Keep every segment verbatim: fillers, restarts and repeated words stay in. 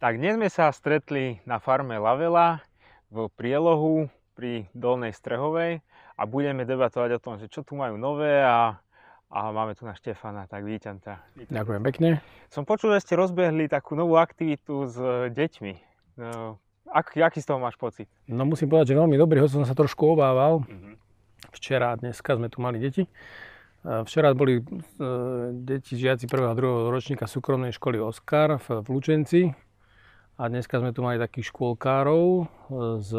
Tak dnes sme sa stretli na farme Lavela v Prielohu pri Dolnej Strehovej a budeme debatovať o tom, že čo tu majú nové a, a máme tu na Štefana, tak vítam ťa. Vítam. Ďakujem pekne. Som počul, že ste rozbehli takú novú aktivitu s deťmi. No, ak, aký z toho máš pocit? No musím povedať, že veľmi dobrý, hoď som sa trošku obával. Mhm. Včera a dneska sme tu mali deti. Včera boli e, deti, žiaci prvého a druhého ročníka súkromnej školy Oskar v, v Lučenci. A dneska sme tu mali takých škôlkárov z,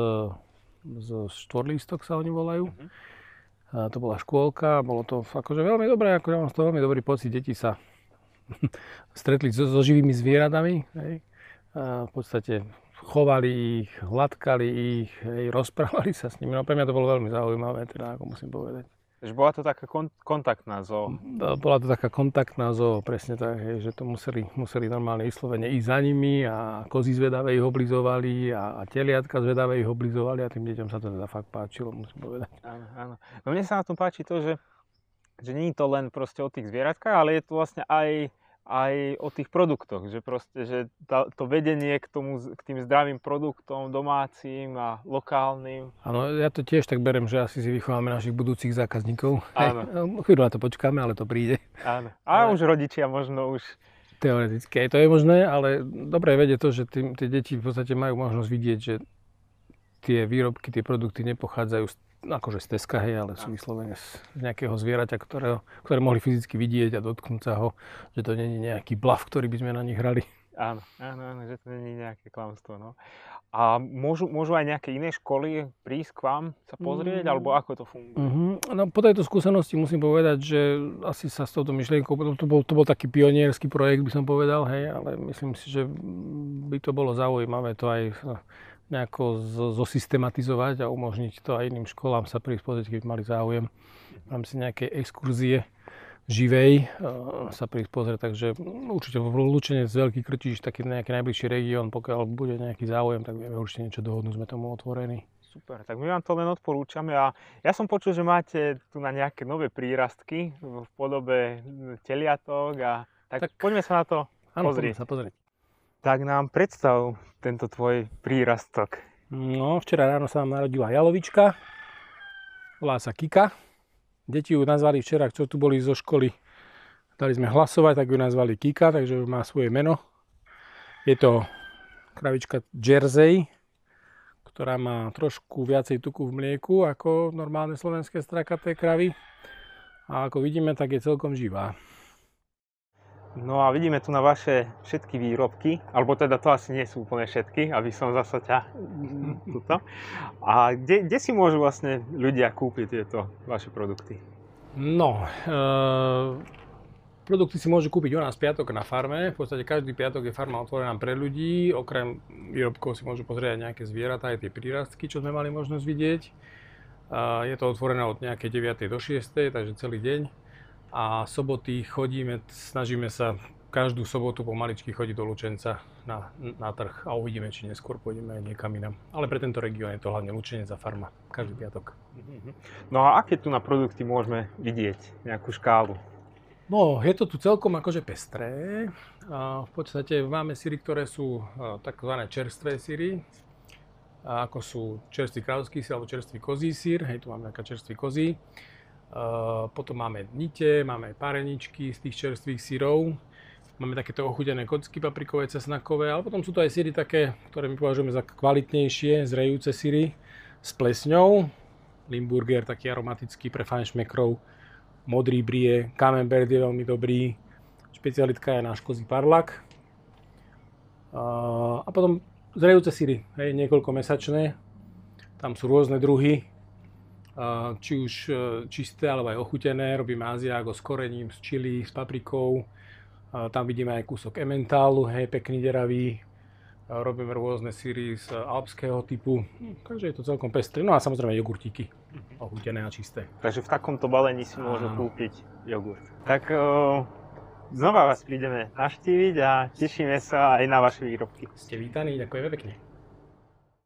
z Štvorlístok sa oni volajú. Uh-huh. A to bola škôlka, bolo to akože veľmi dobré, akože mám z toho veľmi dobrý pocit. Deti sa stretli so, so živými zvieratami. Hej. A v podstate chovali ich, hladkali ich, hej, rozprávali sa s nimi. No pre mňa to bolo veľmi zaujímavé, teda ako musím povedať. Takže bola to taká kon- kontaktná zoo. Bola to taká kontaktná zoo, presne tak, hej, že to museli, museli normálne vyslovene ísť za nimi a kozy zvedavé ich oblizovali a, a teliatka zvedavé ich oblizovali a tým deťom sa to teda fakt páčilo, musím povedať. Áno, áno. No mne sa na tom páči to, že, že nie je to len proste o tých zvieratkách, ale je to vlastne aj aj o tých produktoch, že proste, že tá, to vedenie k tomu, k tým zdravým produktom, domácim a lokálnym. Áno, ja to tiež tak beriem, že asi si vychováme našich budúcich zákazníkov. Áno. Chvíľu na to počkáme, ale to príde. Áno. A ale už rodičia možno už... Teoreticky aj to je možné, ale dobre vedieť to, že tí, tí deti v podstate majú možnosť vidieť, že tie výrobky, tie produkty nepochádzajú z akože z Teska, hej, ale sú vyslovene z nejakého zvieraťa, ktorého, ktoré mohli fyzicky vidieť a dotknúť sa ho, že to nie je nejaký blav, ktorý by sme na nich hrali. Áno, áno, áno, že to nie je nejaké klamstvo, no. A môžu, môžu aj nejaké iné školy prísť k vám sa pozrieť, mm. alebo ako to funguje? Mm-hmm. No, po tejto skúsenosti musím povedať, že asi sa s touto myšlienkou, to bol, to bol taký pionierský projekt, by som povedal, hej, ale myslím si, že by to bolo zaujímavé to aj nejako zosystematizovať a umožniť to aj iným školám sa prísť pozrieť, keď mali záujem. Mám si nejaké exkurzie živej sa prísť pozrieť, takže určite v Lučenec, Veľký Krtiš, taký nejaký najbližší región, pokiaľ bude nejaký záujem, tak vieme určite niečo dohodnúť, sme tomu otvorení. Super, tak my vám to len odporúčame a ja som počul, že máte tu na nejaké nové prírastky v podobe teliatok a tak, tak poďme sa na to áno, pozrieť. Áno, sa pozrieť. Tak nám predstav tento tvoj prírastok. No, včera ráno sa nám narodila jalovička, volá sa Kika. Deti ju nazvali včera, čo tu boli zo školy, dali sme hlasovať, tak ju nazvali Kika, takže má svoje meno. Je to kravička Jersey, ktorá má trošku viacej tuku v mlieku ako normálne slovenské strakaté kravy. A ako vidíme, tak je celkom živá. No a vidíme tu na vaše všetky výrobky, alebo teda to asi nie sú úplne všetky, aby som zasa ťa tuto. A kde, kde si môžu vlastne ľudia kúpiť tieto vaše produkty? No, e, produkty si môžu kúpiť u nás v piatok na farme. V podstate každý piatok je farma otvorená pre ľudí. Okrem výrobkov si môžu pozrieť aj nejaké zvieratá, aj tie prírastky, čo sme mali možnosť vidieť. E, je to otvorené od nejakej deviatej do šiestej, takže celý deň. A soboty chodíme, snažíme sa každú sobotu pomaličky chodiť do Lučenca na, na trh a uvidíme, či neskôr pôjdeme aj niekam inam. Ale pre tento región je to hlavne Lučenec a farma, každý piatok. No a aké tu na produkty môžeme vidieť, nejakú škálu? No, je to tu celkom akože pestré. A v podstate máme syry, ktoré sú takzvané čerstvé syry, ako sú čerstvý kráľovský syr alebo čerstvý kozí syr. Hej, tu máme nejaká čerstvý kozí. Uh, potom máme nite, máme aj pareničky z tých čerstvých syrov. Máme takéto ochudené kocky paprikové, cesnakové, ale potom sú to aj syry také, ktoré my považujeme za kvalitnejšie, zrejúce syry s plesňou. Limburger, taký aromatický pre fajnšmekrov. Modrý brie, camembert je veľmi dobrý. Špecialitka je náš kozí parlak. Uh, a potom zrejúce syry, hej, niekoľkomesačné. Tam sú rôzne druhy. Či už čisté, alebo aj ochutené. Robíme Aziago s korením, s čili, s paprikou. Tam vidíme aj kúsok ementálu, hej, pekný, deravý. Robíme rôzne syry z alpského typu. Takže je to celkom pestré. No a samozrejme jogurtíky, ochutené a čisté. Takže v takomto balení si môžu kúpiť jogurt. Tak o, znova vás prídeme navštíviť a tešíme sa aj na vaše výrobky. Ste vítaní, ďakujeme pekne.